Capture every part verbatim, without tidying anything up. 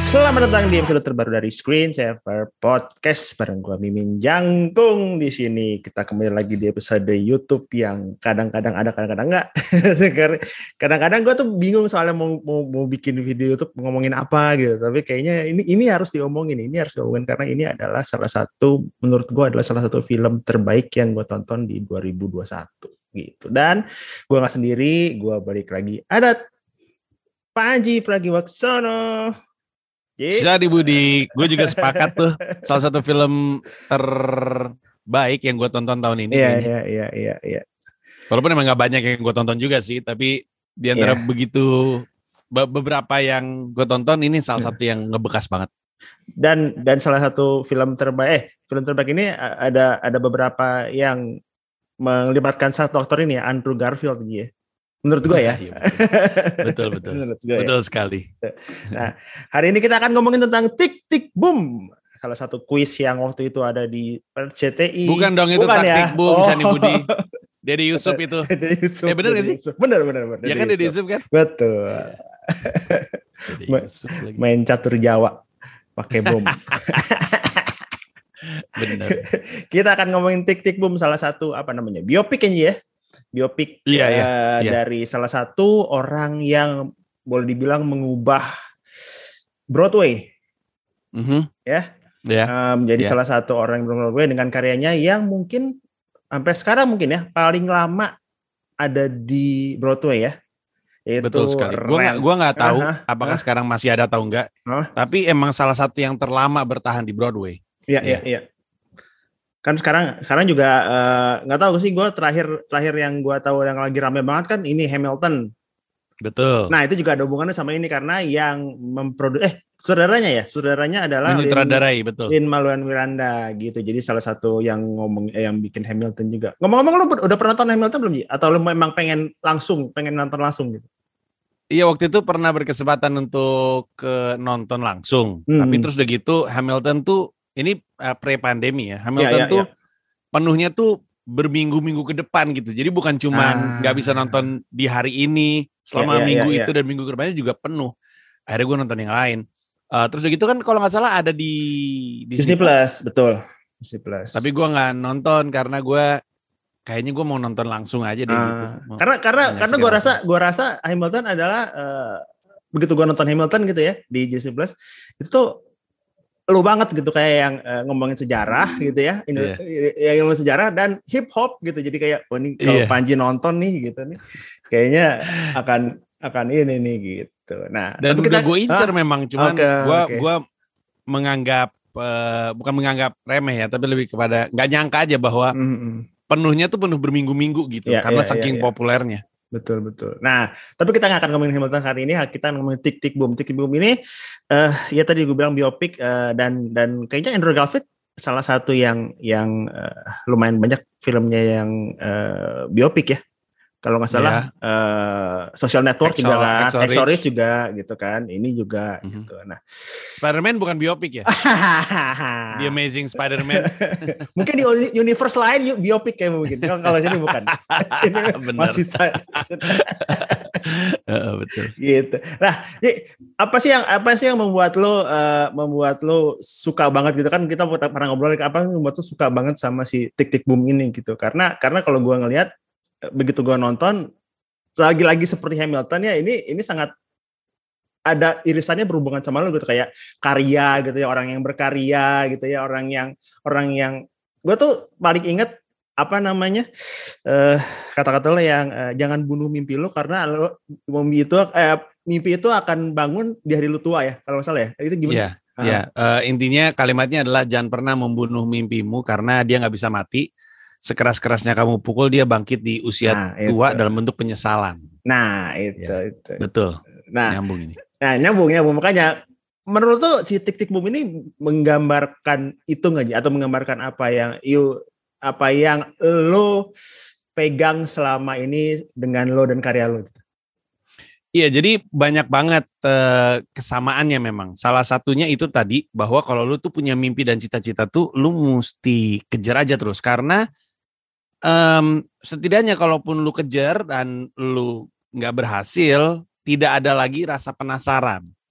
Selamat datang di episode terbaru dari Screen Saver Podcast bareng gue Mimin Jangkung di sini. Kita kembali lagi di episode YouTube yang kadang-kadang ada, kadang-kadang enggak. Kadang-kadang gue tuh bingung soalnya mau, mau mau bikin video YouTube ngomongin apa gitu. Tapi kayaknya ini ini harus diomongin, ini harus diomongin karena ini adalah salah satu, menurut gue adalah salah satu film terbaik yang gue tonton di dua ribu dua puluh satu gitu. Dan gue nggak sendiri, gue balik lagi ada Panji Pragiwaksono. Jadi Budi, gue juga sepakat tuh salah satu film terbaik yang gue tonton tahun ini. Iya, iya, iya, iya, iya. Walaupun emang gak banyak yang gue tonton juga sih, tapi di antara yeah. begitu be- beberapa yang gue tonton, ini salah satu yang ngebekas banget. Dan dan salah satu film terbaik, eh film terbaik ini ada ada beberapa yang melibatkan satu aktor ini ya, Andrew Garfield gitu ya. Menurut gue ya. Betul, betul. Betul, betul ya. Sekali. Nah, hari ini kita akan ngomongin tentang Tik Tik Boom. Salah satu kuis yang waktu itu ada di R C T I. Bukan dong, itu Bukan Taktik ya? Boom, Oh. Shani Budi. Deddy Yusuf itu. Deddy Yusuf. Eh bener gak sih? Bener, bener, bener. Ya kan Deddy Yusuf kan? Betul. Ya. Yusuf lagi. Main catur Jawa pakai bom. Bener. Kita akan ngomongin Tik Tik Boom, salah satu apa namanya? Biopik kan ya? Biopik iya, uh, iya, iya. dari salah satu orang yang boleh dibilang mengubah Broadway, mm-hmm. ya, yeah. uh, menjadi yeah. salah satu orang Broadway dengan karyanya yang mungkin sampai sekarang mungkin ya paling lama ada di Broadway ya. Yaitu Betul sekali. Gue nggak gue nggak tahu uh-huh. apakah uh-huh. sekarang masih ada atau enggak. Uh-huh. Tapi emang salah satu yang terlama bertahan di Broadway. Iya, iya, iya. Kan sekarang sekarang juga nggak uh, tahu sih, gue terakhir terakhir yang gue tahu yang lagi rame banget kan ini Hamilton. Betul. Nah itu juga ada hubungannya sama ini karena yang memproduksi eh saudaranya ya saudaranya adalah Menyutradarai, betul. Lin-Manuel Miranda gitu. Jadi salah satu yang ngomong eh, yang bikin Hamilton juga. Ngomong-ngomong lo udah pernah nonton Hamilton belum Ji? Atau lo memang pengen langsung pengen nonton langsung gitu? Iya, waktu itu pernah berkesempatan untuk ke nonton langsung. Hmm. Tapi terus udah gitu Hamilton tuh ini uh, pre-pandemi ya. Hamilton ya, ya, tuh ya. penuhnya tuh berminggu-minggu ke depan gitu. Jadi bukan cuman nggak ah. bisa nonton di hari ini selama ya, ya, minggu ya, ya. itu dan minggu ke depannya juga penuh. Akhirnya gue nonton yang lain. Uh, terus udah gitu kan kalau nggak salah ada di Disney, Disney Plus, betul. Disney Plus. Tapi gue nggak nonton karena gue kayaknya gue mau nonton langsung aja deh ah. gitu. Mau karena karena karena gue rasa gue rasa Hamilton adalah uh, begitu gue nonton Hamilton gitu ya di Disney Plus itu tuh lu banget gitu kayak yang uh, ngomongin sejarah gitu ya, ini yeah. yang ngomongin sejarah dan hip hop gitu. Jadi kayak oh ini kalau yeah. Panji nonton nih gitu nih, kayaknya akan akan ini nih gitu. Nah, dan udah gue incer ah? memang, cuman okay, gue okay. gue menganggap uh, bukan menganggap remeh ya, tapi lebih kepada nggak nyangka aja bahwa mm-hmm. penuhnya tuh penuh berminggu-minggu gitu yeah, karena yeah, saking yeah, yeah. populernya. Betul betul. Nah, tapi kita nggak akan ngomongin Hamilton hari ini. Kita ngomongin Tik Tik Boom. Tik Tik Boom ini, uh, ya tadi gue bilang biopik uh, dan dan kayaknya Andrew Garfield salah satu yang yang uh, lumayan banyak filmnya yang uh, biopik ya. Kalau nggak salah, yeah. uh, Social Network Exo, juga kan, Exorcist juga gitu kan. Ini juga mm-hmm. gitu. Nah, Spider-Man bukan biopik ya? The Amazing Spider-Man. Mungkin di universe lain biopik kayak mungkin. Kalau sini bukan. Ini masih saya. uh, betul. Gitu. Nah, apa sih yang apa sih yang membuat lo uh, membuat lo suka banget gitu kan? Kita pernah ngobrol apa yang membuat lo suka banget sama si Tik Tik Boom ini gitu. Karena karena kalau gue ngelihat begitu gue nonton lagi-lagi seperti Hamilton ya ini ini sangat ada irisannya berhubungan sama lo gitu kayak karya gitu ya, orang yang berkarya gitu ya, orang yang orang yang gue tuh paling inget apa namanya uh, kata-kata lo yang uh, jangan bunuh mimpi lo karena lo mimpi itu eh, mimpi itu akan bangun di hari lo tua ya kalau nggak salah ya itu gimana yeah, sih? Ya uh, intinya kalimatnya adalah jangan pernah membunuh mimpimu karena dia nggak bisa mati. Sekeras-kerasnya kamu pukul dia bangkit di usia nah, tua dalam bentuk penyesalan. Nah itu ya, itu betul. Nah nyambung ini. Nah nyambung nyambung makanya menurut tuh si Tik Tik Boom ini menggambarkan itu nggak atau menggambarkan apa yang you apa yang lo pegang selama ini dengan lo dan karya lo. Iya, jadi banyak banget uh, kesamaannya memang. Salah satunya itu tadi bahwa kalau lu tuh punya mimpi dan cita-cita tuh lu mesti kejar aja terus karena um, setidaknya kalaupun lu kejar dan lu nggak berhasil, tidak ada lagi rasa penasaran.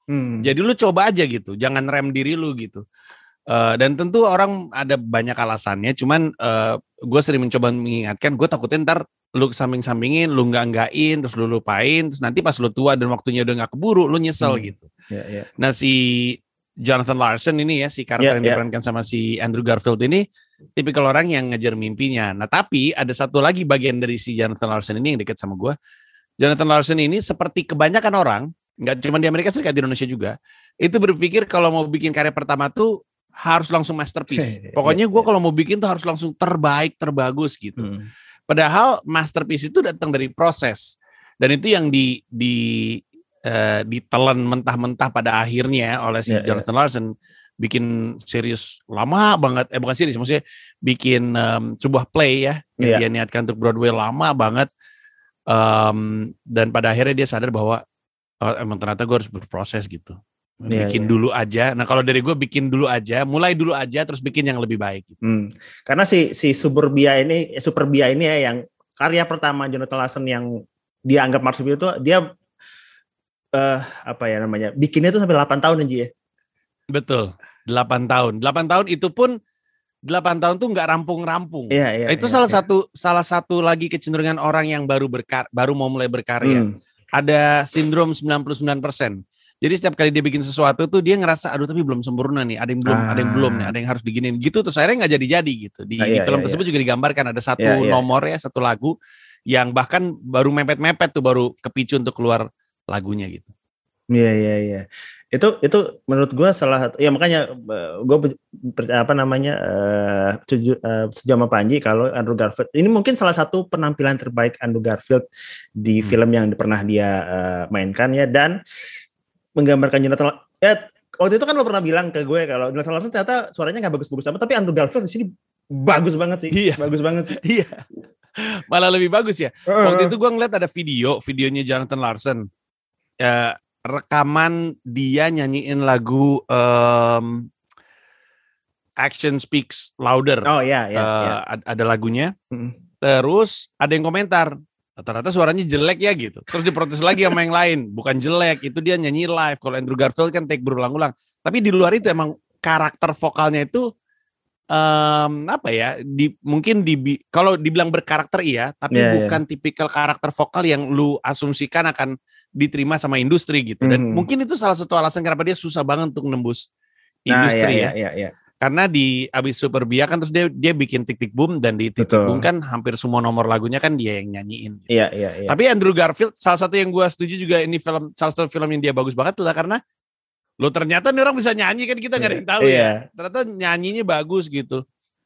Hmm. Jadi lu coba aja gitu, jangan rem diri lu gitu. Uh, dan tentu orang ada banyak alasannya, cuman uh, gue sering mencoba mengingatkan, gue takutnya ntar lu samping-sampingin, lu nggak-nggakin, terus lu lupain, terus nanti pas lu tua dan waktunya udah nggak keburu, lu nyesel hmm. gitu. Yeah, yeah. Nah si Jonathan Larson ini ya, si karakter yeah, yang diperankan yeah. sama si Andrew Garfield ini, tipikal orang yang ngejar mimpinya. Nah tapi ada satu lagi bagian dari si Jonathan Larson ini yang dekat sama gue. Jonathan Larson ini seperti kebanyakan orang, nggak cuma di Amerika Serikat, di Indonesia juga, itu berpikir kalau mau bikin karya pertama tuh harus langsung masterpiece. Pokoknya gue kalau mau bikin tuh harus langsung terbaik, terbagus gitu. Hmm. Padahal masterpiece itu datang dari proses. Dan itu yang di di uh, ditelan mentah-mentah pada akhirnya oleh si yeah, Jonathan yeah. Larson, bikin series lama banget. Eh bukan series, maksudnya bikin um, sebuah play ya yang yeah. dia niatkan untuk Broadway lama banget. Um, dan pada akhirnya dia sadar bahwa oh, emang ternyata gue harus berproses gitu. Bikin yeah, yeah. dulu aja. Nah kalau dari gue bikin dulu aja, mulai dulu aja, terus bikin yang lebih baik. Gitu. Hmm. Karena si si Suburbia ini, Superbia ini ya, yang karya pertama Jonathan Larson yang dia anggap masterpiece itu, dia uh, apa ya namanya, bikinnya itu sampai delapan tahun aja ya. Betul, delapan tahun. delapan tahun itu pun delapan tahun tuh nggak rampung-rampung. Yeah, yeah, itu yeah, salah yeah. satu salah satu lagi kecenderungan orang yang baru berkar, baru mau mulai berkarya. Hmm. Ada sindrom sembilan puluh sembilan persen. Jadi setiap kali dia bikin sesuatu tuh dia ngerasa aduh tapi belum sempurna nih, ada yang belum, ah. ada yang belum nih, ada yang harus diginin gitu, terus akhirnya nggak jadi-jadi gitu. Di, ah, iya, di film iya, tersebut iya. juga digambarkan ada satu iya, iya. nomor ya, satu lagu yang bahkan baru mepet-mepet tuh, baru kepicu untuk keluar lagunya gitu. Iya iya iya. Itu itu menurut gue salah satu ya, makanya gue apa namanya uh, setuju sama Panji kalau Andrew Garfield ini mungkin salah satu penampilan terbaik Andrew Garfield di hmm. film yang pernah dia uh, mainkan ya, dan menggambarkan Jonathan ya, waktu itu kan lo pernah bilang ke gue kalau Jonathan Larson ternyata suaranya nggak bagus-bagus amat, tapi Andrew Garfield di sini bagus banget sih. Iya. Bagus banget sih. Iya. Malah lebih bagus ya. Uh. Waktu itu gue ngeliat ada video, videonya Jonathan Larson. Ya, rekaman dia nyanyiin lagu um, Action Speaks Louder. Oh iya iya. Uh, iya. Ada lagunya. Mm. Terus ada yang komentar, ternyata suaranya jelek ya gitu. Terus diprotes lagi sama yang lain. Bukan jelek, itu dia nyanyi live. Kalau Andrew Garfield kan take berulang-ulang. Tapi di luar itu emang karakter vokalnya itu um, apa ya? Di, mungkin di kalau dibilang berkarakter iya, tapi yeah, bukan yeah. tipikal karakter vokal yang lu asumsikan akan diterima sama industri gitu. Dan mm. mungkin itu salah satu alasan kenapa dia susah banget untuk nembus industri nah, ya. Iya, iya, iya. Karena di abis Superbia kan terus dia dia bikin Tick Tick Boom, dan di Tick Tick Boom kan hampir semua nomor lagunya kan dia yang nyanyiin. Iya iya iya. Tapi Andrew Garfield salah satu yang gue setuju juga ini film salah satu film yang dia bagus banget adalah karena lo ternyata nih orang bisa nyanyi kan, kita nggak yeah. ada yang tahu yeah. ya. Ternyata nyanyinya bagus gitu.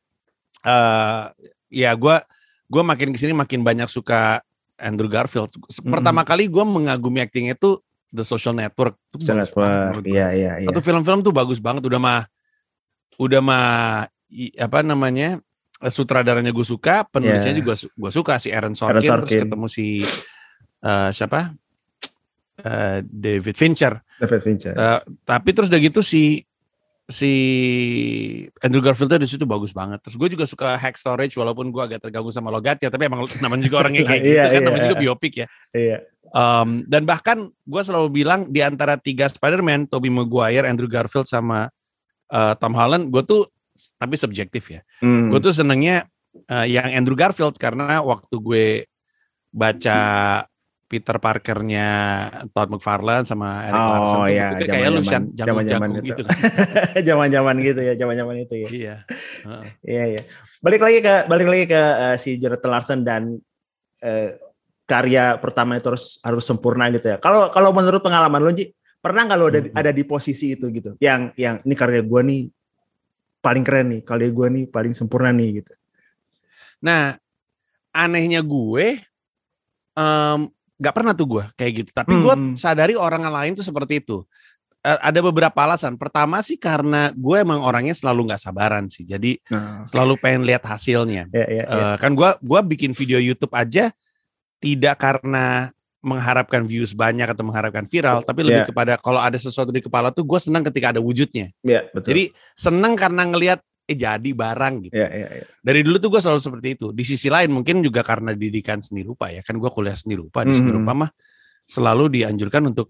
Uh, ya gue gue makin kesini makin banyak suka Andrew Garfield. Pertama mm. kali gue mengagumi aktingnya itu The Social Network. Social Network. Iya iya iya. Satu film-film tuh bagus banget, udah mah udah mah apa namanya sutradaranya gue suka, penulisnya yeah. juga gue suka si Aaron Sorkin, Aaron Sorkin, terus ketemu si uh, siapa uh, David Fincher. David Fincher. Uh, tapi terus udah gitu si si Andrew Garfield di situ bagus banget. Terus gue juga suka Hacksaw Ridge walaupun gue agak terganggu sama logatnya, tapi emang namanya juga orangnya kayak gitu yeah, kan, yeah. namanya juga biopik ya. Yeah. Um, dan bahkan gue selalu bilang di antara tiga Spider-Man, Tobey Maguire, Andrew Garfield sama Uh, Tom Holland, gue tuh tapi subjektif ya. Hmm. Gue tuh senengnya uh, yang Andrew Garfield karena waktu gue baca Peter Parker-nya Todd McFarlane sama Eric oh, Larson tuh ya, kayak lu jagung-jagung gitu kan. Zaman-zaman gitu ya, zaman-zaman itu ya. Iya. Uh. Iya iya. Balik lagi ke balik lagi ke uh, si Jonathan Larson dan uh, karya pertama itu harus harus sempurna gitu ya. Kalau kalau menurut pengalaman lo, Ji, pernah nggak lo ada, hmm. ada di posisi itu gitu, yang yang ini karya gue nih paling keren nih, karya gue nih paling sempurna nih gitu. Nah anehnya gue um, nggak pernah tuh gue kayak gitu, tapi hmm. gue sadari orang lain tuh seperti itu. Uh, ada beberapa alasan. Pertama sih karena gue emang orangnya selalu nggak sabaran sih, jadi nah. selalu pengen lihat hasilnya. Ya, ya, ya. Uh, kan gue gue bikin video YouTube aja tidak karena mengharapkan views banyak atau mengharapkan viral, tapi lebih yeah. kepada kalau ada sesuatu di kepala tuh gue senang ketika ada wujudnya. Yeah, betul. Jadi senang karena ngelihat eh jadi barang gitu. Yeah, yeah, yeah. Dari dulu tuh gue selalu seperti itu. Di sisi lain mungkin juga karena didikan seni rupa ya, kan gue kuliah seni rupa, di mm-hmm. seni rupa mah selalu dianjurkan untuk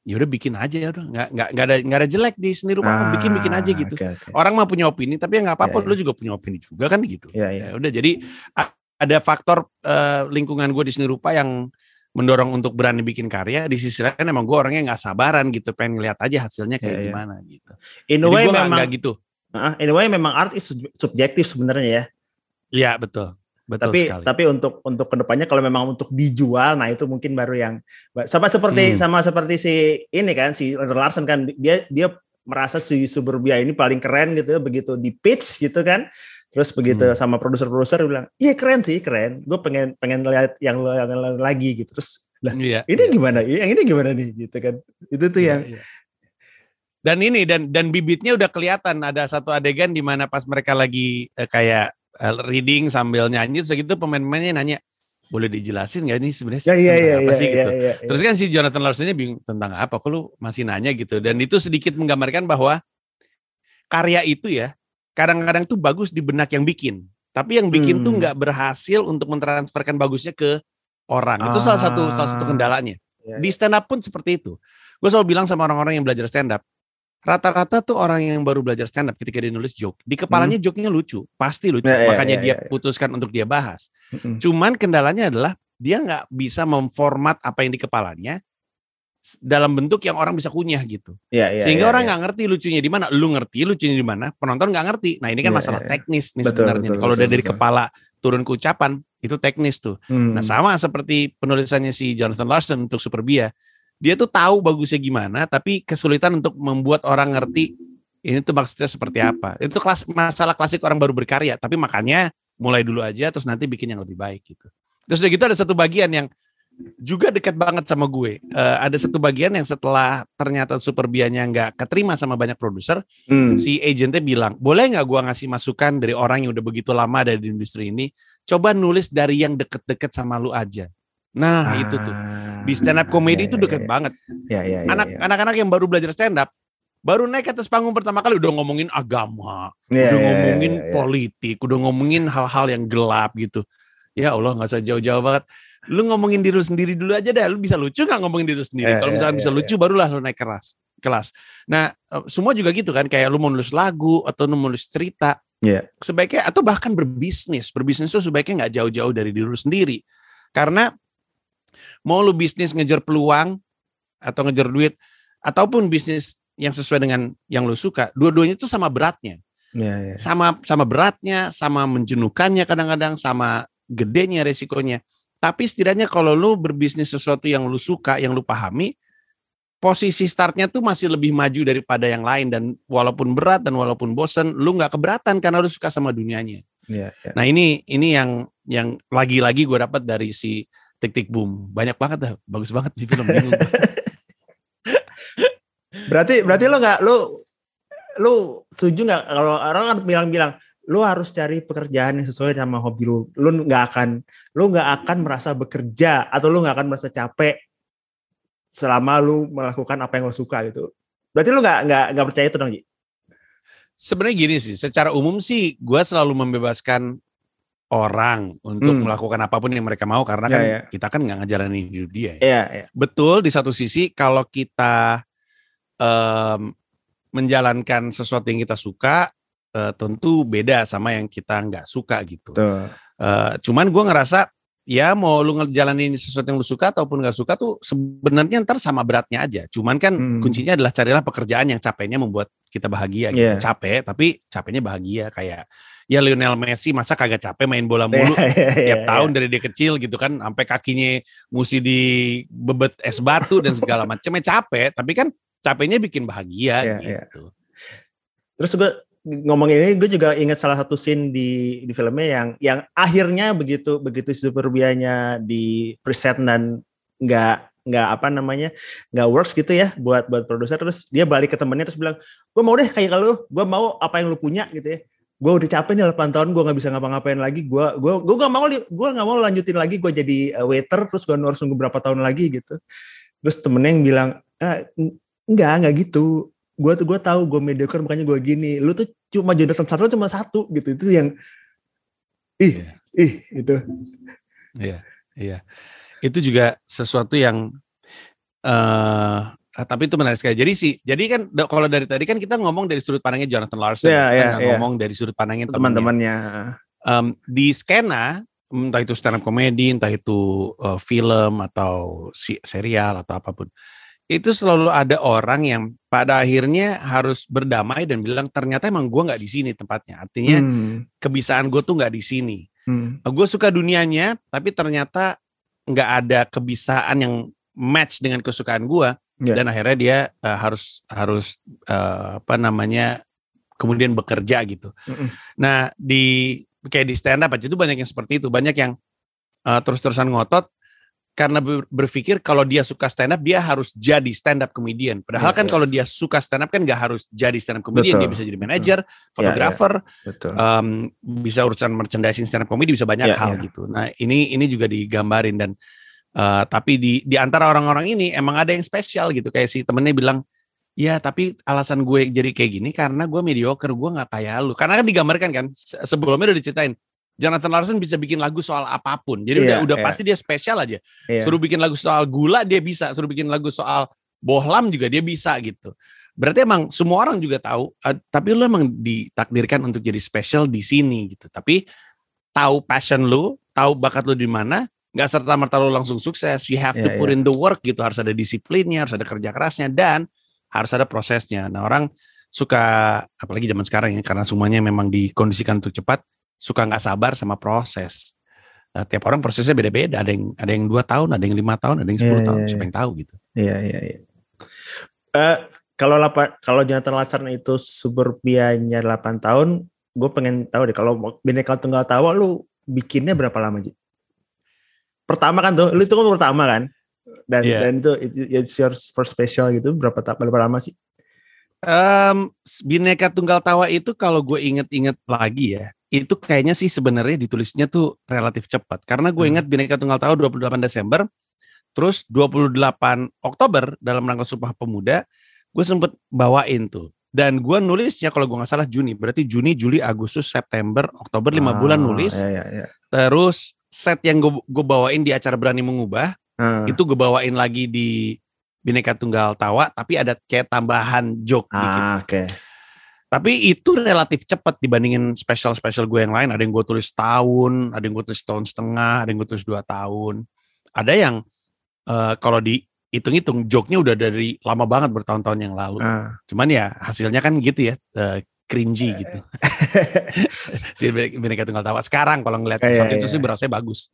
ya udah bikin aja ya udah, nggak nggak nggak ada nggak ada jelek di seni rupa, ah, bikin bikin aja gitu. Okay, okay. Orang mah punya opini, tapi ya nggak apa-apa, yeah, lu yeah. juga punya opini juga kan gitu. Yeah, yeah. Ya udah, jadi ada faktor uh, lingkungan gue di seni rupa yang mendorong untuk berani bikin karya. Di sisi lain emang gue orangnya nggak sabaran gitu, pengen ngeliat aja hasilnya kayak yeah, gimana yeah. gitu. In a way memang gak gitu. Uh, in a way memang art is subjektif sebenarnya ya. Iya betul, betul tapi sekali. Tapi untuk untuk kedepannya kalau memang untuk dijual, nah itu mungkin baru yang sama seperti hmm. sama seperti si ini kan, si Larsen kan, dia dia merasa si Suburbia ini paling keren gitu, begitu di pitch gitu kan. Terus begitu hmm. sama produser-produser bilang, iya keren sih, keren. Gue pengen pengen lihat yang lo yang lagi gitu. Terus lah, iya, ini iya. gimana? Yang ini gimana nih? Gitu kan? Itu tuh iya, yang. Iya. Dan ini dan dan bibitnya udah kelihatan. Ada satu adegan di mana pas mereka lagi eh, kayak eh, reading sambil nyanyi, segitu pemain-pemainnya nanya, boleh dijelasin nggak ini sebenarnya ya, iya, iya, apa iya, sih iya, gitu. Iya, iya, iya. Terus kan si Jonathan Larson-nya bingung tentang apa? Kok lu masih nanya gitu? Dan itu sedikit menggambarkan bahwa karya itu ya kadang-kadang tuh bagus di benak yang bikin, tapi yang bikin hmm. tuh nggak berhasil untuk mentransferkan bagusnya ke orang. Ah. Itu salah satu salah satu kendalanya. Ya, ya. Di stand up pun seperti itu. Gue selalu bilang sama orang-orang yang belajar stand up, rata-rata tuh orang yang baru belajar stand up ketika dia nulis joke, di kepalanya hmm. joke-nya lucu, pasti lucu. Ya, makanya ya, ya, dia ya, ya. putuskan untuk dia bahas. Hmm. Cuman kendalanya adalah dia nggak bisa memformat apa yang di kepalanya dalam bentuk yang orang bisa kunyah gitu. Ya, ya, sehingga ya, orang nggak ya. ngerti lucunya di mana, lu ngerti lucunya di mana, penonton nggak ngerti. Nah ini kan ya, masalah ya, teknis nih betul, sebenarnya. Kalau udah dari betul. kepala turun ke ucapan itu teknis tuh. Hmm. Nah sama seperti penulisannya si Jonathan Larson untuk Suburbia, dia tuh tahu bagusnya gimana, tapi kesulitan untuk membuat orang ngerti ini tuh maksudnya seperti apa. Itu kelas, masalah klasik orang baru berkarya. Tapi makanya mulai dulu aja, terus nanti bikin yang lebih baik gitu. Terus udah gitu ada satu bagian yang juga dekat banget sama gue. Uh, ada satu bagian yang setelah ternyata Suburbianya nggak keterima sama banyak produser, hmm. si agentnya bilang, boleh nggak gue ngasih masukan dari orang yang udah begitu lama ada di industri ini, coba nulis dari yang deket-deket sama lu aja. Nah ah, itu tuh di stand up comedy ya, itu deket ya, banget. Ya, ya, ya, Anak, ya. Anak-anak yang baru belajar stand up, baru naik ke atas panggung pertama kali udah ngomongin agama, ya, udah ya, ngomongin ya, ya, politik, udah ngomongin hal-hal yang gelap gitu. Ya Allah, nggak usah jauh-jauh banget. Lu ngomongin diri lu sendiri dulu aja deh. Lu bisa lucu nggak ngomongin diri lu sendiri? Eh, Kalau misalnya eh, bisa eh, lucu, eh. barulah lu naik kelas. Kelas. Nah, semua juga gitu kan. Kayak lu mau nulis lagu atau lu mau nulis cerita. Yeah. Sebaiknya atau bahkan berbisnis. Berbisnis itu sebaiknya nggak jauh-jauh dari diri lu sendiri. Karena mau lu bisnis ngejar peluang atau ngejar duit ataupun bisnis yang sesuai dengan yang lu suka, dua-duanya itu sama beratnya. Yeah, yeah. Sama sama beratnya, sama menjenuhkannya kadang-kadang, sama gedenya resikonya. Tapi setidaknya kalau lu berbisnis sesuatu yang lu suka, yang lu pahami, posisi startnya tuh masih lebih maju daripada yang lain. Dan walaupun berat dan walaupun bosen, lu gak keberatan karena lu suka sama dunianya. Yeah, yeah. Nah ini ini yang yang lagi-lagi gue dapat dari si Tick Tick Boom. Banyak banget dah, bagus banget di film. Bingung. berarti berarti lu gak, lu lu setuju gak kalau orang kan bilang-bilang, lu harus cari pekerjaan yang sesuai sama hobi lu. Lu nggak akan, lu nggak akan merasa bekerja atau lu nggak akan merasa capek selama lu melakukan apa yang lu suka gitu. Berarti lu nggak nggak nggak percaya itu dong, Ji? Sebenarnya gini sih, secara umum sih, gue selalu membebaskan orang untuk hmm. melakukan apapun yang mereka mau karena kan ya, ya. kita kan nggak ngejalanin hidup dia. Ya. Ya, ya. Betul, di satu sisi kalau kita um, menjalankan sesuatu yang kita suka. Uh, tentu beda sama yang kita nggak suka gitu. Uh, cuman gue ngerasa ya mau lu ngejalanin sesuatu yang lu suka ataupun nggak suka tuh sebenarnya ntar sama beratnya aja. Cuman kan hmm. kuncinya adalah carilah pekerjaan yang capeknya membuat kita bahagia. Gitu. Yeah. Capek tapi capeknya bahagia. Kayak ya Lionel Messi masa kagak capek main bola mulu yeah, yeah, tiap yeah, tahun yeah. dari dia kecil gitu kan sampai kakinya mesti dibebet es batu dan segala macamnya capek. Tapi kan capeknya bikin bahagia yeah, gitu. Yeah. Terus gue ngomongin ini, gue juga ingat salah satu scene di di filmnya yang yang akhirnya begitu begitu Suburbianya di preset dan nggak nggak apa namanya nggak works gitu ya buat buat produser, terus dia balik ke temennya terus bilang, gue mau deh kayak kalau gue mau apa yang lu punya gitu ya, gue udah capek nih delapan tahun gue nggak bisa ngapa-ngapain lagi, gue gue gue nggak mau gue nggak mau lanjutin lagi gue jadi waiter terus gue harus nunggu berapa tahun lagi gitu. Terus temennya yang bilang, ah, enggak enggak gitu. Gue tuh gue tahu gue mediocre makanya gue gini. Lu tuh cuma Jonathan satu cuma satu gitu. Itu yang ih yeah. ih itu. Iya yeah, iya. Yeah. Itu juga sesuatu yang uh, Uh, tapi itu menarik sekali. Jadi sih, jadi kan kalau dari tadi kan kita ngomong dari sudut pandangnya Jonathan Larson, yeah, kita yeah, nggak yeah. ngomong dari sudut pandangnya teman-temannya. Um, di skena, entah itu stand up comedy, entah itu uh, film atau si, serial atau apapun, itu selalu ada orang yang pada akhirnya harus berdamai dan bilang ternyata emang gue nggak di sini tempatnya. Artinya hmm. kebisaan gue tuh nggak di sini. Hmm. Gue suka dunianya, tapi ternyata nggak ada kebisaan yang match dengan kesukaan gue. Yeah. Dan akhirnya dia uh, harus harus uh, apa namanya kemudian bekerja gitu. Mm-mm. Nah di kayak di stand up aja itu banyak yang seperti itu, banyak yang uh, terus-terusan ngotot karena ber- berpikir kalau dia suka stand up dia harus jadi stand up comedian. Padahal yeah, kan yeah. kalau dia suka stand up kan nggak harus jadi stand up comedian, betul, dia bisa jadi manajer, fotografer, yeah, yeah. um, bisa urusan merchandising stand up comedy, bisa banyak yeah, hal yeah. gitu. Nah ini ini juga digambarin dan Uh, tapi di di antara orang-orang ini emang ada yang spesial gitu, kayak si temennya bilang, ya tapi alasan gue jadi kayak gini karena gue mediocre, gue nggak kayak lu. Karena kan digambarkan kan sebelumnya udah diceritain, Jonathan Larson bisa bikin lagu soal apapun, jadi yeah, udah udah yeah. pasti dia spesial aja. Yeah. Suruh bikin lagu soal gula dia bisa, suruh bikin lagu soal bohlam juga dia bisa gitu. Berarti emang semua orang juga tahu, uh, tapi lu emang ditakdirkan untuk jadi spesial di sini gitu. Tapi tahu passion lu, tahu bakat lu di mana. Nggak serta-merta lo langsung sukses, you have to yeah, put yeah. in the work gitu, harus ada disiplinnya, harus ada kerja kerasnya, dan harus ada prosesnya. Nah orang suka, apalagi zaman sekarang ya, karena semuanya memang dikondisikan untuk cepat, suka nggak sabar sama proses. Nah, tiap orang prosesnya beda-beda, ada yang ada yang dua tahun, ada yang lima tahun, ada yang sepuluh yeah, tahun, yeah, siapa yeah. yang tahu gitu. Iya iya iya. Kalau kalau Jonathan Larson itu suburbianya delapan tahun, gue pengen tahu deh kalau Bhinneka Tunggal Tawa lu bikinnya berapa lama Ji? Pertama kan tuh, lu itu kan pertama kan, dan yeah. dan itu it's your first special gitu, berapa berapa lama sih? Um, Bhinneka Tunggal Tawa itu kalau gue inget-inget lagi ya, itu kayaknya sih sebenarnya ditulisnya tuh relatif cepat, karena gue ingat hmm. Bhinneka Tunggal Tawa dua puluh delapan Desember, terus dua puluh delapan Oktober dalam rangka Sumpah Pemuda, gue sempet bawain tuh, dan gue nulisnya kalau gue nggak salah Juni, berarti Juni, Juli, Agustus, September, Oktober lima ah, bulan nulis, ya, ya, ya. Terus set yang gue, gue bawain di acara Berani Mengubah, hmm. itu gue bawain lagi di Bhinneka Tunggal Tawa, tapi ada kayak tambahan joke ah, dikit. Okay. Tapi itu relatif cepat dibandingin special-special gue yang lain. Ada yang gue tulis tahun, ada yang gue tulis tahun setengah, ada yang gue tulis dua tahun. Ada yang uh, kalau dihitung-hitung joke-nya udah dari lama banget bertahun-tahun yang lalu. Hmm. Cuman ya hasilnya kan gitu ya, uh, cringy gitu. Si Bhinneka Tunggal Tawa sekarang kalau ngeliat eh, saat iya, itu iya. sih berasanya bagus.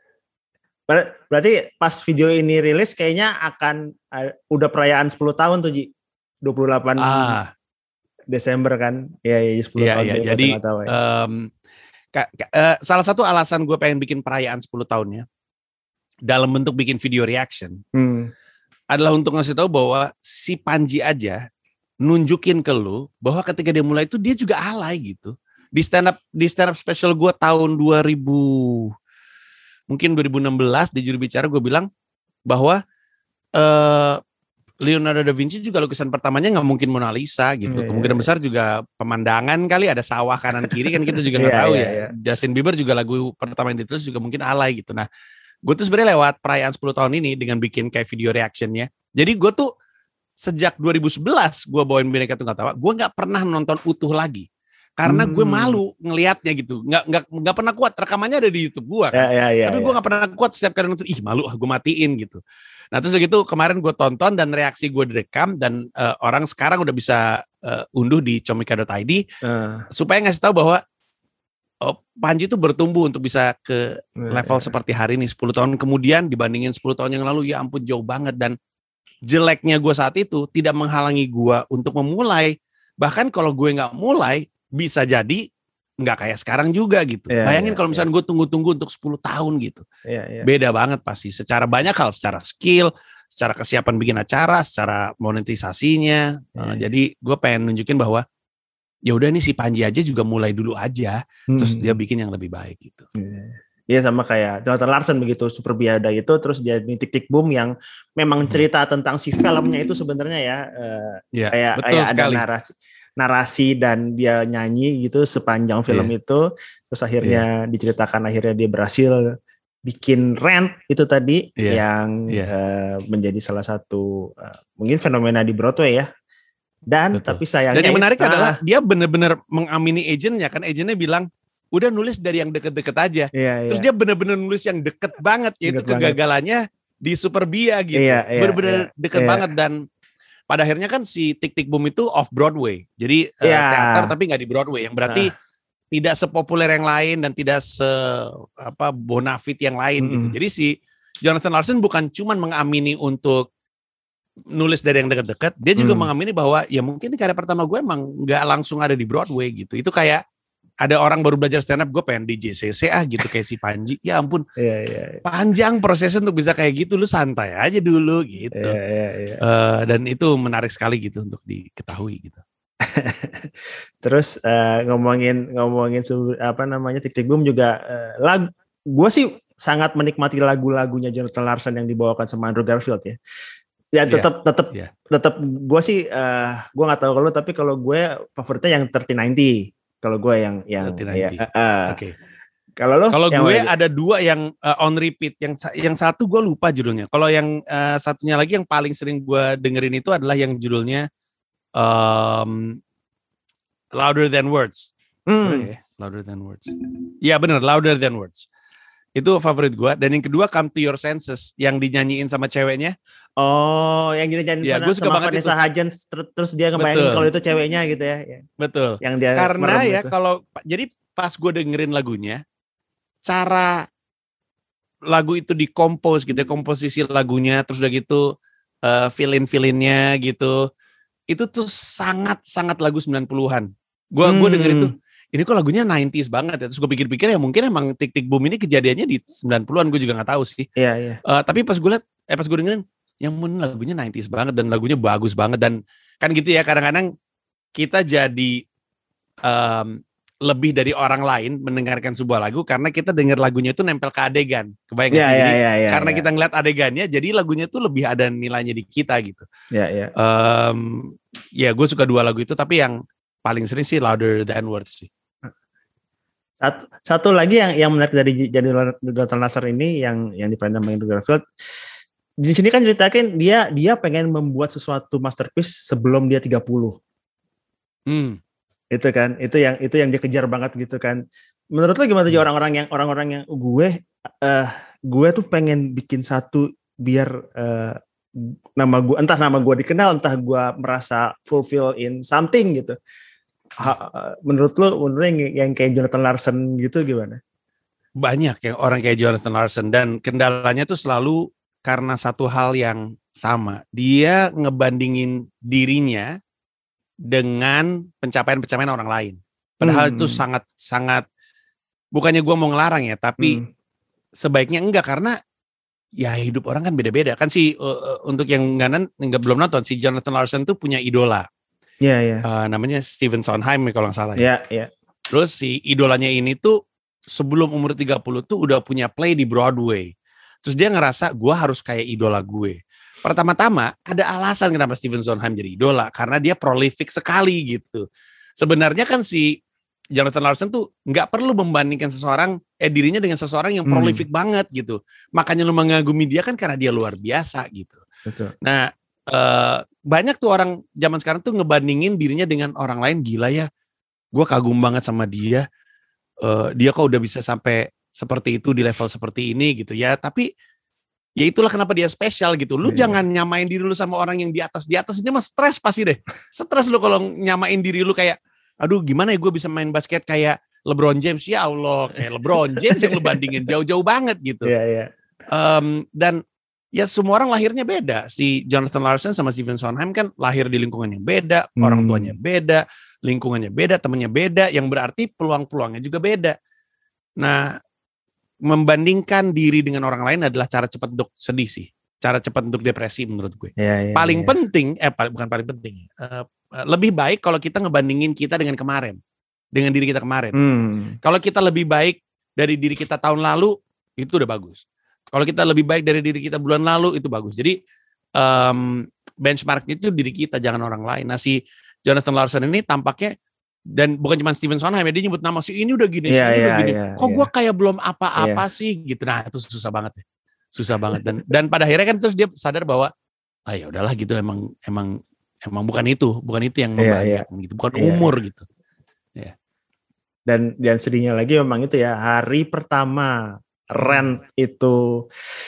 Ber- berarti pas video ini rilis kayaknya akan uh, udah perayaan sepuluh tahun tuh Ji. dua puluh delapan ah. Desember kan. Iya iya sepuluh ya, tahun. Ya, jadi Tawa, ya. um, ka- ka- uh, salah satu alasan gue pengen bikin perayaan sepuluh tahunnya dalam bentuk bikin video reaction hmm. adalah untuk ngasih tahu bahwa si Panji aja nunjukin ke lu bahwa ketika dia mulai itu dia juga alay gitu. Di stand up di stand up special gue tahun dua ribu mungkin dua ribu enam belas di juru bicara gue bilang bahwa uh, Leonardo da Vinci juga lukisan pertamanya nggak mungkin Mona Lisa gitu. Yeah, Kemungkinan yeah, besar yeah. juga pemandangan kali, ada sawah kanan kiri kan kita juga nggak yeah, tahu yeah, ya. Yeah. Justin Bieber juga lagu pertama yang ditulis juga mungkin alay gitu. Nah, gue tuh sebenarnya lewat perayaan sepuluh tahun ini dengan bikin kayak video reactionnya. Jadi gue tuh sejak dua ribu sebelas gue bawain Bhinneka Tunggal Tawa, gue nggak pernah nonton utuh lagi karena hmm. gue malu ngelihatnya gitu, nggak nggak nggak pernah kuat. Rekamannya ada di YouTube gue kan, ya, ya, ya, tapi gue nggak ya. pernah kuat setiap kali nonton, ih malu, gue matiin gitu. Nah terus begitu kemarin gue tonton dan reaksi gue direkam dan uh, orang sekarang udah bisa uh, unduh di comika dot i d uh. supaya ngasih tahu bahwa oh, Panji tuh bertumbuh untuk bisa ke level uh. seperti hari ini sepuluh tahun kemudian dibandingin sepuluh tahun yang lalu, ya ampun jauh banget. Dan jeleknya gue saat itu tidak menghalangi gue untuk memulai. Bahkan kalau gue nggak mulai, bisa jadi nggak kayak sekarang juga gitu. Yeah, Bayangin yeah, kalau misalnya yeah. gue tunggu-tunggu untuk sepuluh tahun gitu. Yeah, yeah. Beda banget pasti. Secara banyak hal, secara skill, secara kesiapan bikin acara, secara monetisasinya. Yeah, uh, yeah. Jadi gue pengen nunjukin bahwa ya udah nih si Panji aja juga mulai dulu aja. Hmm. Terus dia bikin yang lebih baik gitu. Yeah. Iya sama kayak Jonathan Larson begitu, Super Biada itu, terus dia Tick Tick Boom yang memang cerita hmm. tentang si filmnya itu sebenarnya ya, uh, ya kayak kayak ada narasi narasi dan dia nyanyi gitu sepanjang film yeah. itu, terus akhirnya yeah. diceritakan akhirnya dia berhasil bikin Rent itu tadi yeah. yang yeah. Uh, menjadi salah satu uh, mungkin fenomena di Broadway ya. Dan Betul. tapi sayangnya dan yang menarik itu, adalah ah, dia benar-benar mengamini agentnya kan, agentnya bilang udah nulis dari yang deket-deket aja. Iya, Terus iya. dia benar-benar nulis yang deket banget, yaitu deket kegagalannya banget. Di Superbia gitu. Iya, iya, benar-benar iya, deket iya. banget dan pada akhirnya kan si Tick Tick Boom itu off Broadway. Jadi iya. uh, teater tapi nggak di Broadway, yang berarti ah. tidak sepopuler yang lain dan tidak se apa bonafit yang lain mm-hmm. gitu. Jadi si Jonathan Larson bukan cuman mengamini untuk nulis dari yang dekat-dekat, dia juga hmm. mengamini bahwa ya mungkin karya pertama gue emang nggak langsung ada di Broadway gitu. Itu kayak ada orang baru belajar stand up, gue pengen di J C C ah gitu kayak si Panji. Ya ampun, yeah, yeah, yeah. panjang prosesnya untuk bisa kayak gitu, lu santai aja dulu gitu. Yeah, yeah, yeah. Uh, dan itu menarik sekali gitu untuk diketahui gitu. Terus uh, ngomongin ngomongin apa namanya Tick Tick Boom juga uh, lagu, gue sih sangat menikmati lagu-lagunya Jonathan Larson yang dibawakan sama Andrew Garfield ya. Ya tetap yeah, tetap yeah. tetap gue sih uh, gue nggak tahu kalau tapi kalau gue favoritnya yang thirteen ninety kalau gue yang yang ya, uh, uh. Oke. Okay. Kalau lo kalau gue lagi? Ada dua yang uh, on repeat, yang yang satu gue lupa judulnya. Kalau yang uh, satunya lagi yang paling sering gue dengerin itu adalah yang judulnya um, Louder Than Words. Hmm. Ya? Louder Than Words. Iya benar, Louder Than Words. Itu favorit gue. Dan yang kedua Come to Your Senses yang dinyanyiin sama ceweknya. Oh, yang dinyanyiin ya, gue suka sama Vanessa Hudgens terus dia ngebayangin kalau itu ceweknya gitu ya. Betul. Yang dia karena ya kalau jadi pas gue dengerin lagunya, cara lagu itu dikompos gitu ya, komposisi lagunya terus udah gitu uh, fill-in-fill-innya gitu. Itu tuh sangat-sangat lagu sembilan puluhan. Gue hmm. gue dengerin tuh ini kok lagunya nineties banget ya. Terus gue pikir-pikir ya mungkin emang Tick Tick Boom ini kejadiannya di sembilan puluhan, gue juga gak tahu sih. Iya, iya. Uh, tapi pas gue liat, eh pas gue dengerin, yang mungkin lagunya nineties banget dan lagunya bagus banget. Dan kan gitu ya, kadang-kadang kita jadi um, lebih dari orang lain mendengarkan sebuah lagu karena kita denger lagunya itu nempel ke adegan. Kebayang ya, sih? ya, Jadi ya, ya, karena ya. kita ngeliat adegannya, jadi lagunya tuh lebih ada nilainya di kita gitu. Iya, iya. Um, ya gue suka dua lagu itu, tapi yang paling sering sih Louder Than Words sih. Satu, satu lagi yang yang menarik dari jadi Jonathan Larson ini yang yang diperanin sama Andrew Garfield. Di sini kan ceritakan dia dia pengen membuat sesuatu masterpiece sebelum dia tiga puluh. Hmm. Itu kan, itu yang itu yang dia kejar banget gitu kan. Menurut lo gimana sih hmm. orang-orang yang orang-orang yang gue uh, gue tuh pengen bikin satu biar uh, nama gue entah nama gue dikenal, entah gue merasa fulfill in something gitu. Ha, menurut lo, menurut yang, yang kayak Jonathan Larson gitu gimana? Banyak yang orang kayak Jonathan Larson dan kendalanya tuh selalu karena satu hal yang sama. Dia ngebandingin dirinya dengan pencapaian-pencapaian orang lain. Padahal hmm. itu sangat-sangat, bukannya gue mau ngelarang ya, tapi hmm. sebaiknya enggak karena ya hidup orang kan beda-beda. Kan si uh, untuk yang enggak, enggak belum nonton, si Jonathan Larson tuh punya idola. Iya, yeah, iya. Yeah. Uh, namanya Stephen Sondheim kalau nggak salah ya. Iya, yeah, iya. Yeah. Terus si idolanya ini tuh sebelum umur tiga puluh tuh udah punya play di Broadway. Terus dia ngerasa gue harus kayak idola gue. Pertama-tama ada alasan kenapa Stephen Sondheim jadi idola. Karena dia prolific sekali gitu. Sebenarnya kan si Jonathan Larson tuh nggak perlu membandingkan seseorang, eh dirinya dengan seseorang yang prolific hmm. banget gitu. Makanya lu mengagumi dia kan karena dia luar biasa gitu. Betul. Nah uh, banyak tuh orang zaman sekarang tuh ngebandingin dirinya dengan orang lain. Gila ya, gue kagum banget sama dia. Uh, dia kok udah bisa sampai seperti itu di level seperti ini gitu ya. Tapi ya itulah kenapa dia spesial gitu. Lu yeah. jangan nyamain diri lu sama orang yang di atas. Di atas ini mah stres pasti deh. Stres lu kalau nyamain diri lu kayak, aduh gimana ya gue bisa main basket kayak LeBron James. Ya Allah, kayak LeBron James yang lu bandingin jauh-jauh banget gitu. Yeah, yeah. Um, dan ya semua orang lahirnya beda. Si Jonathan Larson sama Stephen Sondheim kan lahir di lingkungan yang beda, hmm. orang tuanya beda, lingkungannya beda, temannya beda, yang berarti peluang-peluangnya juga beda. Nah, membandingkan diri dengan orang lain adalah cara cepat untuk sedih sih. Cara cepat untuk depresi menurut gue. Ya, ya, paling ya. penting, eh bukan paling penting. Uh, lebih baik kalau kita ngebandingin kita dengan kemarin. Dengan diri kita kemarin. Hmm. Kalau kita lebih baik dari diri kita tahun lalu, itu udah bagus. Kalau kita lebih baik dari diri kita bulan lalu, itu bagus. Jadi um, benchmarknya itu diri kita, jangan orang lain. Nah si Jonathan Larson ini tampaknya dan bukan cuma Stephen Sondheim, dia nyebut nama si ini udah gini, yeah, si ini yeah, udah gini. Yeah, Kok yeah. gue kayak belum apa-apa yeah. sih gitu. Nah itu susah banget ya, susah banget. Dan dan pada akhirnya kan terus dia sadar bahwa, ah ya udahlah gitu, emang emang emang bukan itu, bukan itu yang membahagiakan yeah, yeah. gitu, bukan yeah, umur yeah. gitu. Ya. Yeah. Dan dan sedihnya lagi memang itu ya, hari pertama Rent itu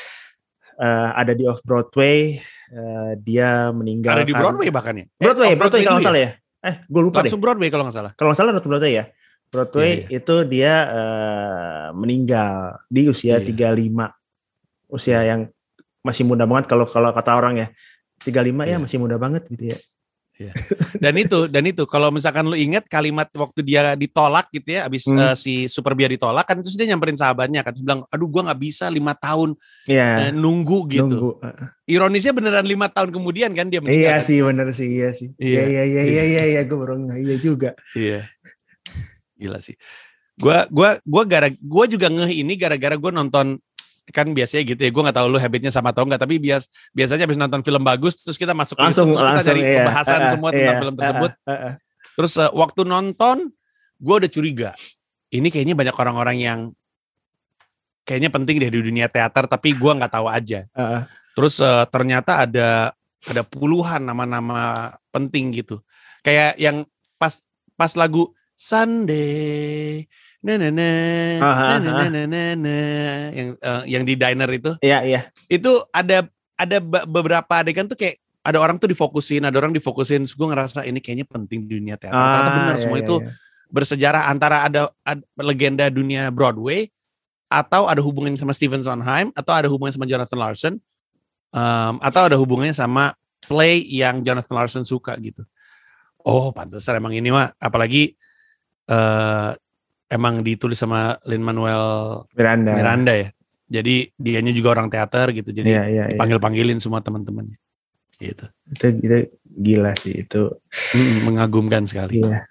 uh, ada di off Broadway, uh, dia meninggal. Ada di Broadway bahkan ya? Broadway, eh, Broadway, Broadway kalau nggak salah ya. Eh, gue lupa Langsung deh. Broadway kalau nggak salah. Kalau nggak salah Ratu Broadway ya. Broadway yeah, yeah. itu dia uh, meninggal di usia yeah. tiga puluh lima. Usia yeah. yang masih muda banget kalau kalau kata orang ya. tiga puluh lima yeah. ya masih muda banget gitu ya. Yeah. Dan itu dan itu kalau misalkan lu ingat kalimat waktu dia ditolak gitu ya, abis hmm. uh, si Superbia ditolak kan, terus dia nyamperin sahabatnya kan, terus bilang, aduh gue nggak bisa lima tahun yeah. uh, nunggu gitu. Nunggu. Ironisnya beneran lima tahun kemudian kan dia meninggal. Iya kan? sih, bener sih, iya sih. Iya iya iya iya iya, iya. gue baru nggak iya juga. Iya, gila sih. Gue gua gua gara gue juga ngeh ini gara-gara gue nonton. Kan biasanya gitu ya, gue nggak tahu lu habitnya sama atau enggak, tapi bias biasanya habis nonton film bagus terus kita masuk langsung, terus langsung, kita cari iya, pembahasan uh, semua tentang iya, film tersebut. Uh, uh, uh. Terus uh, waktu nonton gue udah curiga, ini kayaknya banyak orang-orang yang kayaknya penting deh di dunia teater, tapi gue nggak tahu aja. Uh, uh. Terus uh, ternyata ada ada puluhan nama-nama penting gitu, kayak yang pas pas lagu Sunday. Nah, nah, nah, nah, nah, nah, nah, nah, yang uh, yang di diner itu, iya iya, itu ada ada beberapa adegan tuh kayak ada orang tuh difokusin, ada orang difokusin, terus gue ngerasa ini kayaknya penting di dunia teater. Ah, ternyata benar iya, semua iya, itu iya. bersejarah antara ada, ada legenda dunia Broadway, atau ada hubungannya sama Stephen Sondheim, atau ada hubungannya sama Jonathan Larson, um, atau ada hubungannya sama play yang Jonathan Larson suka gitu. Oh, pantesan emang ini mah, apalagi uh, emang ditulis sama Lin-Manuel Miranda. Miranda ya. Jadi dianya juga orang teater gitu. Jadi yeah, yeah, dipanggil-panggilin yeah. semua teman-temannya. Gitu. Itu, itu gila sih itu. Hmm, mengagumkan sekali. Iya.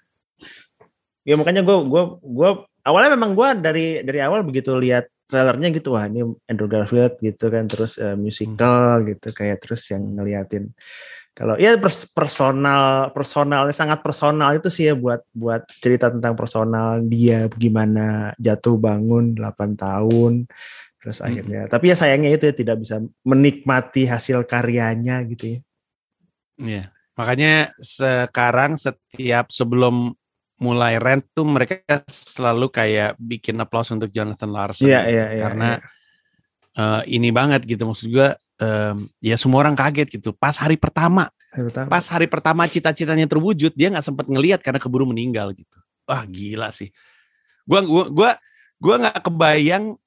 Ya makanya gue gue gue awalnya memang gue dari dari awal begitu lihat trailernya gitu, wah ini Andrew Garfield gitu kan, terus uh, musical hmm. gitu kayak, terus yang ngeliatin. Kalau ya personal, personalnya sangat personal itu sih ya, buat buat cerita tentang personal dia gimana jatuh bangun delapan tahun terus hmm. akhirnya. Tapi ya sayangnya itu ya tidak bisa menikmati hasil karyanya gitu ya. Iya. Makanya sekarang setiap sebelum mulai Rent tuh mereka selalu kayak bikin applause untuk Jonathan Larson. Iya, gitu. iya, iya, Karena iya. Uh, ini banget gitu, maksud gue um, ya semua orang kaget gitu pas hari pertama, hari pertama. pas hari pertama cita-citanya terwujud, dia nggak sempat ngelihat karena keburu meninggal gitu. Wah gila sih, gue gue gue gue nggak kebayang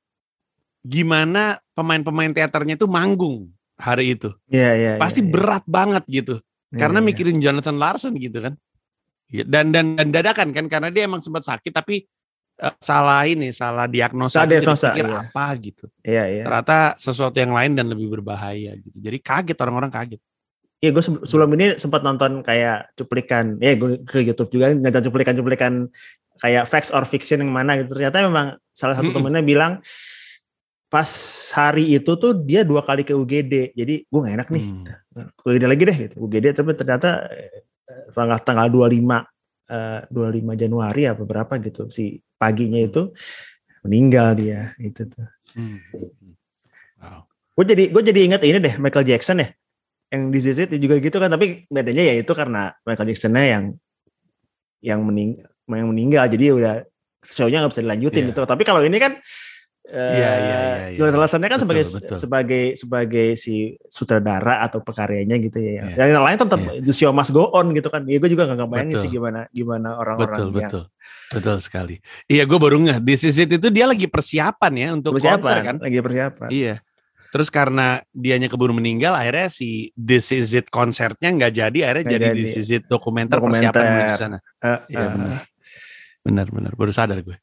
gimana pemain-pemain teaternya itu manggung hari itu. Iya iya. Pasti ya, ya. berat banget gitu, ya, karena ya, mikirin Jonathan Larson gitu kan, dan dan dan dadakan kan, karena dia emang sempat sakit tapi Uh, salah ini, salah diagnosa, salah diagnosa pikir iya. apa gitu. Iya, iya. Ternyata sesuatu yang lain dan lebih berbahaya gitu. Jadi kaget, orang-orang kaget. Iya, gue sebelum ini sempat nonton kayak cuplikan, ya gue ke YouTube juga nonton cuplikan-cuplikan kayak facts or fiction yang mana gitu. Ternyata memang salah satu mm-hmm. temennya bilang pas hari itu tuh dia dua kali ke U G D. Jadi gue gak enak nih, hmm. ke U G D lagi deh gitu. U G D tapi ternyata tanggal tanggal dua puluh lima Uh, dua puluh lima Januari apa berapa gitu si paginya itu meninggal dia itu tuh. Hmm. Wow. Gue jadi gue jadi ingat ini deh, Michael Jackson ya, yang di This Is It juga gitu kan, tapi bedanya ya itu karena Michael Jacksonnya yang yang mening yang meninggal, jadi udah show-nya nggak bisa dilanjutin yeah. gitu. Tapi kalau ini kan Iya iya iya. Alasannya kan betul, sebagai betul. sebagai sebagai si sutradara atau pekaryanya gitu ya. Yeah. Yang lain tetap yeah. the show must go on gitu kan. Iya, gue juga nggak bayangin sih gimana gimana orang-orang betul, yang betul betul sekali. Iya, gue baru ngeh This Is It itu dia lagi persiapan ya untuk persiapan, konser kan. Lagi persiapan. Iya. Terus karena dianya keburu meninggal, akhirnya si This Is It konsernya nggak jadi, akhirnya gak jadi, jadi This Is It dokumenter, dokumenter. persiapan menuju sana. Uh, iya uh. benar. Benar benar. Baru sadar gue.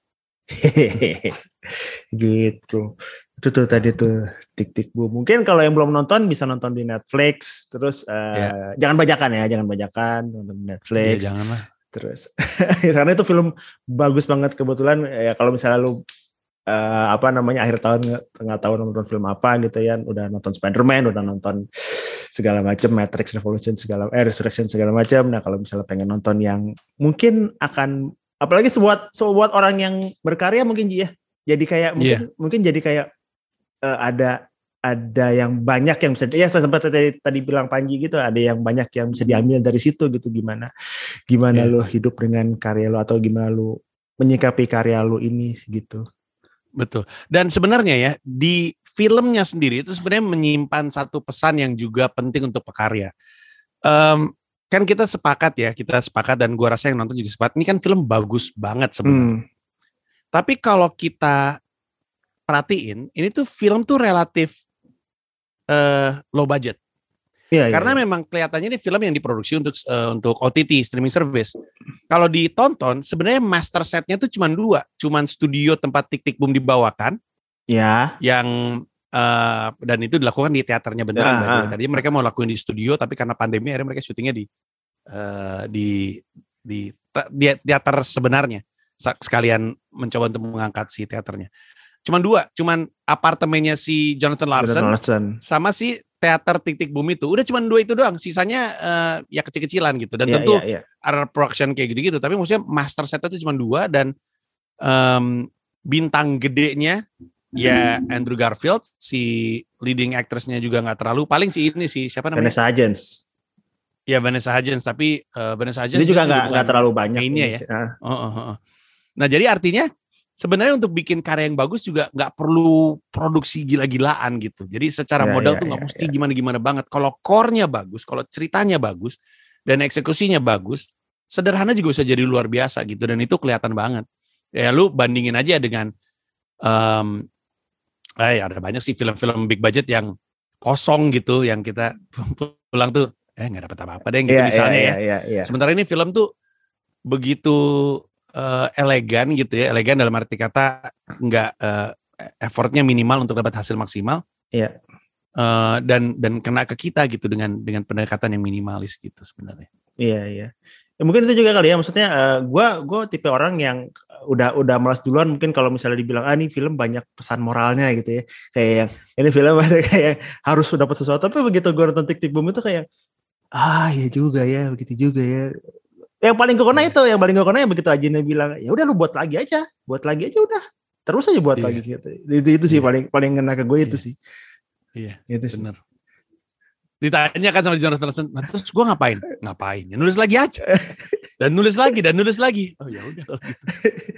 Gitu. Itu tuh tadi tuh Tik-Tik Boom. Mungkin kalau yang belum nonton bisa nonton di Netflix. Terus uh, yeah. jangan bajakan ya, jangan bajakan, nonton di Netflix. Yeah, janganlah. Terus karena itu film bagus banget kebetulan ya, kalau misalnya lu uh, apa namanya akhir tahun tengah tahun nonton film apa gitu ya, udah nonton Spider-Man, udah nonton segala macam, Matrix Revolution segala eh Resurrection segala macam. Nah kalau misalnya pengen nonton yang mungkin akan, apalagi sebuat sebuat orang yang berkarya mungkin ya, jadi kayak mungkin yeah. mungkin jadi kayak uh, ada ada yang banyak yang bisa, ya sempat tadi, tadi bilang Panji gitu, ada yang banyak yang bisa diambil dari situ gitu, gimana gimana yeah. lo hidup dengan karya lo atau gimana lo menyikapi karya lo ini gitu. Betul. Dan sebenarnya ya di filmnya sendiri itu sebenarnya menyimpan satu pesan yang juga penting untuk pekarya. Um, kan kita sepakat ya, kita sepakat dan gua rasa yang nonton juga sepakat. Ini kan film bagus banget sebenarnya. Hmm. Tapi kalau kita perhatiin, ini tuh film tuh relatif uh, low budget. Ya, karena ya, ya. memang kelihatannya ini film yang diproduksi untuk uh, untuk O T T streaming service. Kalau ditonton sebenarnya master setnya tuh cuma dua, cuma studio tempat Tik Tik Boom dibawakan, ya, yang uh, dan itu dilakukan di teaternya beneran. Ya, uh, Tadi mereka mau lakuin di studio, tapi karena pandemi akhirnya mereka syutingnya di uh, di di, di teater sebenarnya, sekalian mencoba untuk mengangkat si teaternya. Cuman dua, cuman apartemennya si Jonathan Larson, Jonathan Larson. sama si teater Tik Tik Boom itu. Udah cuman dua itu doang, sisanya uh, ya kecil-kecilan gitu. Dan yeah, tentu yeah, yeah. ada production kayak gitu-gitu. Tapi maksudnya master set itu cuma dua dan um, bintang gedenya ya Andrew Garfield, si leading actress-nya juga nggak terlalu. Paling si ini si siapa namanya? Vanessa Hudgens. Ya Vanessa Hudgens, tapi uh, Vanessa Hudgens itu juga nggak nggak terlalu banyak ini ya. Uh, uh, uh. Nah jadi artinya sebenarnya untuk bikin karya yang bagus juga nggak perlu produksi gila-gilaan gitu. Jadi secara ya, modal ya, tuh nggak ya, mesti ya. gimana-gimana banget. Kalau core-nya bagus, kalau ceritanya bagus, dan eksekusinya bagus, sederhana juga bisa jadi luar biasa gitu. Dan itu kelihatan banget. Ya lu bandingin aja dengan, um, eh ada banyak sih film-film big budget yang kosong gitu, yang kita pulang tuh, eh nggak dapat apa-apa deh gitu ya, misalnya ya. ya. ya, ya. Sementara ini film tuh begitu Uh, elegan gitu ya, elegan dalam arti kata nggak uh, effortnya minimal untuk dapat hasil maksimal, yeah. uh, dan dan kena ke kita gitu dengan dengan pendekatan yang minimalis gitu sebenarnya. Iya yeah, iya, yeah. ya, mungkin itu juga kali ya, maksudnya uh, gue gue tipe orang yang udah udah malas duluan mungkin kalau misalnya dibilang ah ini film banyak pesan moralnya gitu ya, kayak yang ini film kayak harus dapat sesuatu, tapi begitu gue nonton Tik Tik Boom itu kayak ah ya juga ya, begitu juga ya. Yang paling kekona itu, yang paling kekona yang begitu Ajinnya bilang, ya udah lu buat lagi aja, buat lagi aja udah, terus aja buat yeah. lagi gitu. Itu itu sih yeah. paling paling ngena ke gue yeah. itu sih. Iya, yeah. itu benar. Ditanya kan sama Jonathan Larson, nah, terus gue ngapain? Ngapain? Ya nulis lagi aja. Dan nulis lagi dan nulis lagi. Oh ya udah kalau gitu.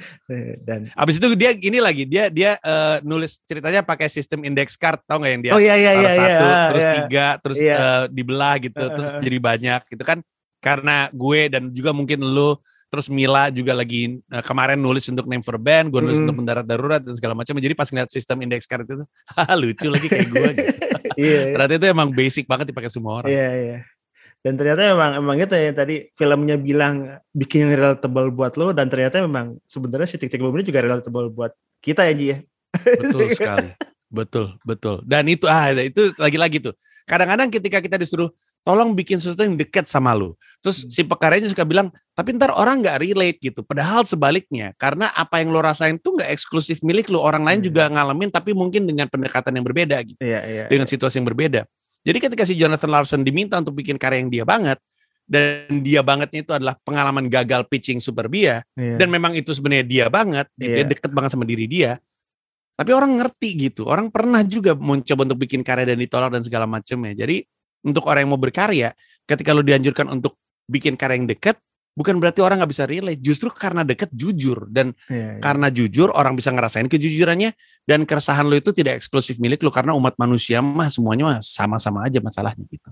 Dan abis itu dia gini lagi, dia dia uh, nulis ceritanya pakai sistem index card, tau nggak yang dia? Oh iya iya iya. Satu, iya, terus iya. tiga, terus iya. uh, dibelah gitu, uh, terus jadi banyak gitu kan? Karena gue dan juga mungkin lo, terus Mila juga lagi uh, kemarin nulis untuk Name for Band, gue nulis mm. untuk Mendarat Darurat dan segala macam. Jadi pas ngeliat sistem index card itu, lucu lagi kayak gue. Gitu. yeah. Ternyata itu emang basic banget dipakai semua orang. Iya yeah, iya. Yeah. Dan ternyata emang emang itu ya tadi filmnya bilang bikin relatable buat lo, dan ternyata memang sebenarnya si Tik Tik Boom ini juga relatable buat kita ya Ji ya. Betul sekali. Betul betul. Dan itu ah itu lagi-lagi tuh. Kadang-kadang ketika kita disuruh tolong bikin sesuatu yang dekat sama lu. Terus hmm. si pekaryanya suka bilang, tapi ntar orang gak relate gitu. Padahal sebaliknya, karena apa yang lo rasain tuh gak eksklusif milik lu. Orang lain hmm. juga ngalamin, tapi mungkin dengan pendekatan yang berbeda gitu. Yeah, yeah, dengan yeah. situasi yang berbeda. Jadi ketika si Jonathan Larson diminta untuk bikin karya yang dia banget, dan dia bangetnya itu adalah pengalaman gagal pitching Superbia, yeah. dan memang itu sebenarnya dia banget, gitu yeah. ya, deket banget sama diri dia. Tapi orang ngerti gitu. Orang pernah juga mencoba untuk bikin karya dan ditolak dan segala macamnya. Jadi untuk orang yang mau berkarya, ketika lo dianjurkan untuk bikin karya yang dekat, bukan berarti orang nggak bisa relate. Justru karena dekat jujur, dan yeah, yeah. karena jujur orang bisa ngerasain kejujurannya, dan keresahan lo itu tidak eksklusif milik lo, karena umat manusia mah semuanya mah sama-sama aja masalahnya gitu.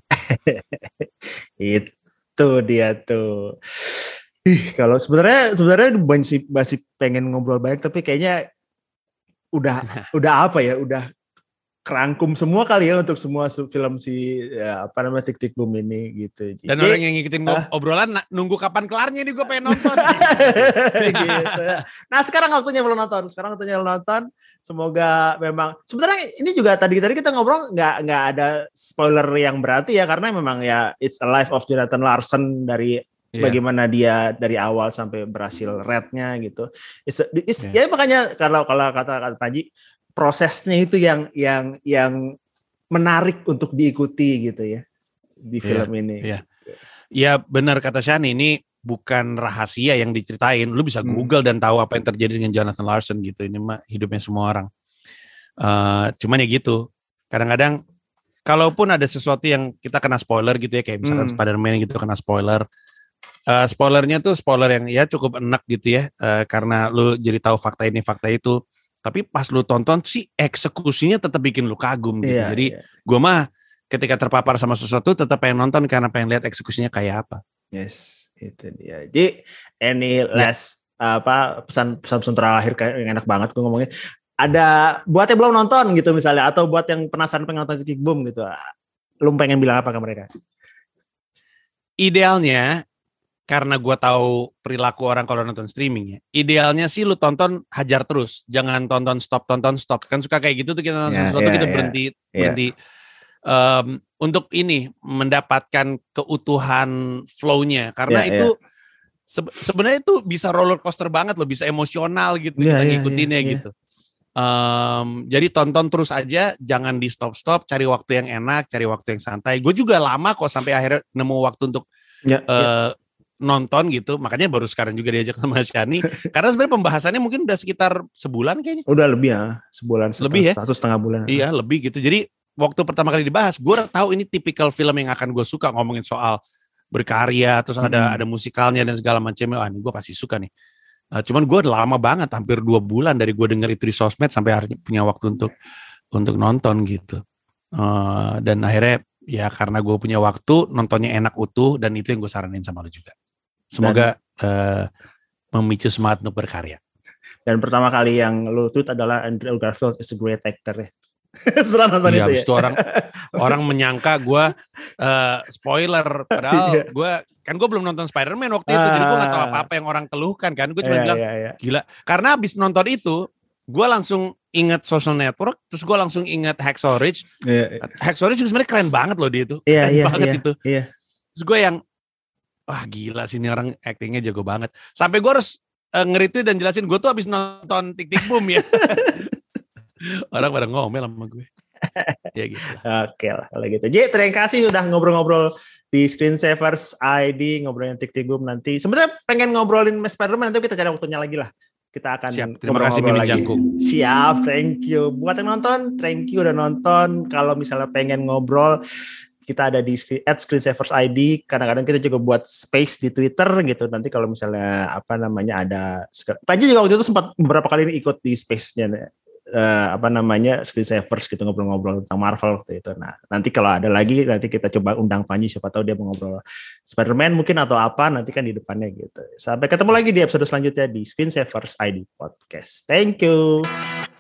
Itu dia tuh. Ih, kalau sebenarnya sebenarnya masih masih pengen ngobrol banyak, tapi kayaknya udah udah apa ya, udah kerangkum semua kali ya untuk semua film si ya, apa namanya Tik Tik Boom ini gitu. Dan Jadi, orang yang ngikutin uh, obrolan nunggu kapan kelarnya nih, gue pengen nonton. gitu. Nah sekarang waktunya belum nonton. Sekarang waktunya belum nonton. Semoga memang sebenarnya ini juga tadi tadi kita ngobrol nggak nggak ada spoiler yang berarti ya, karena memang ya it's a life of Jonathan Larson dari Yeah. Bagaimana dia dari awal sampai berhasil red-nya gitu. It's, it's, yeah. Ya makanya kalau kalau kata kata Panji, prosesnya itu yang yang yang menarik untuk diikuti gitu ya di film yeah. ini. Iya. Yeah. Ya benar kata Shani, ini bukan rahasia yang diceritain. Lu bisa Google hmm. dan tahu apa yang terjadi dengan Jonathan Larson gitu. Ini mah hidupnya semua orang. Uh, cuman ya gitu. Kadang-kadang kalaupun ada sesuatu yang kita kena spoiler gitu ya, kayak misalkan hmm. Spider-Man gitu kena spoiler. Uh, spoilernya tuh spoiler yang ya cukup enak gitu ya, uh, karena lu jadi tahu fakta ini fakta itu. Tapi pas lu tonton sih eksekusinya tetap bikin lu kagum gitu. Yeah, jadi yeah. gue mah ketika terpapar sama sesuatu tetap pengen nonton karena pengen lihat eksekusinya kayak apa. Yes, itu dia. Jadi any last yeah. apa pesan pesan terakhir kayak yang enak banget gue ngomongnya. Ada buat yang belum nonton gitu misalnya, atau buat yang penasaran pengen nonton Titik Boom gitu, lu pengen bilang apa ke mereka? Idealnya, karena gue tahu perilaku orang kalau nonton streaming ya, idealnya sih lu tonton hajar terus, jangan tonton stop tonton stop, kan suka kayak gitu tuh kita nonton yeah, sesuatu yeah, kita berhenti yeah. berhenti yeah. Um, untuk ini mendapatkan keutuhan flow-nya, karena yeah, itu yeah. se- sebenarnya itu bisa roller coaster banget loh, bisa emosional gitu yeah, kita yeah, ngikutinnya yeah, gitu. Yeah. Um, jadi tonton terus aja, jangan di stop-stop, cari waktu yang enak, cari waktu yang santai. Gue juga lama kok sampai akhirnya nemu waktu untuk ya, uh, ya. nonton gitu. Makanya baru sekarang juga diajak sama Shani. Karena sebenarnya pembahasannya mungkin udah sekitar sebulan kayaknya. Udah lebih ya, sebulan lebih ya, satu setengah bulan. Iya lebih gitu. Jadi waktu pertama kali dibahas, gue tahu ini tipikal film yang akan gue suka, ngomongin soal berkarya, terus hmm. ada ada musikalnya dan segala macamnya. Ah, ini gue pasti suka nih. Uh, cuman gue lama banget, hampir dua bulan dari gue denger itu di sosmed sampai akhirnya punya waktu untuk untuk nonton gitu. Uh, dan akhirnya ya karena gue punya waktu, nontonnya enak utuh, dan itu yang gue saranin sama lo juga. Semoga dan, uh, memicu semangat untuk berkarya. Dan pertama kali yang lo tweet adalah Andrew Garfield is a great actor ya. Setelah nonton iya, itu ya. Itu orang orang menyangka gue uh, spoiler, padahal gue kan gue belum nonton Spider-Man waktu itu, ah. jadi gue nggak tahu apa-apa yang orang keluhkan kan. Gue cuma yeah, bilang yeah, yeah. gila. Karena abis nonton itu, gue langsung ingat Social Network, terus gue langsung ingat Hacksaw Ridge. Yeah, yeah. Hacksaw Ridge sebenarnya keren banget loh dia itu, yeah, keren yeah, banget yeah, itu. Yeah. Terus gue yang wah gila sih ini orang actingnya jago banget. Sampai gue harus uh, nge-retweet dan jelasin gue tuh abis nonton Tick Tick Boom ya. Orang pada ngomel sama gue. Ya gitu. Oke lah kalau gitu. J, terima kasih sudah ngobrol-ngobrol di Screensavers I D, ngobrolin Tick Tick Boom nanti. Sebenarnya pengen ngobrolin Spider-Man, nanti kita cari waktunya lagi lah. Kita akan Siap, terima kasih Mini Jangkung. Siap, thank you. Buat yang nonton, thank you udah nonton. Kalau misalnya pengen ngobrol, kita ada di at Screensavers I D. Kadang-kadang kita juga buat space di Twitter gitu. Nanti kalau misalnya apa namanya ada, Panji juga waktu itu sempat beberapa kali ikut di space-nya. Uh, apa namanya Screensavers gitu, ngobrol-ngobrol tentang Marvel waktu itu. Nah nanti kalau ada lagi nanti kita coba undang Panji, siapa tahu dia mau ngobrol Spider-Man mungkin atau apa nanti kan di depannya gitu. Sampai ketemu lagi di episode selanjutnya di Screensavers I D Podcast. Thank you.